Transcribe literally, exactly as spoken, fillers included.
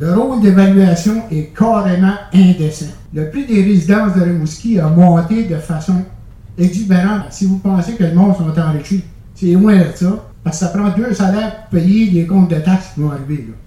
Le rôle d'évaluation est carrément indécent. Le prix des résidences de Rimouski a monté de façon exubérante. Si vous pensez que le monde sont enrichis, c'est loin de ça. Parce que ça prend deux salaires pour payer les comptes de taxes qui vont arriver. Là.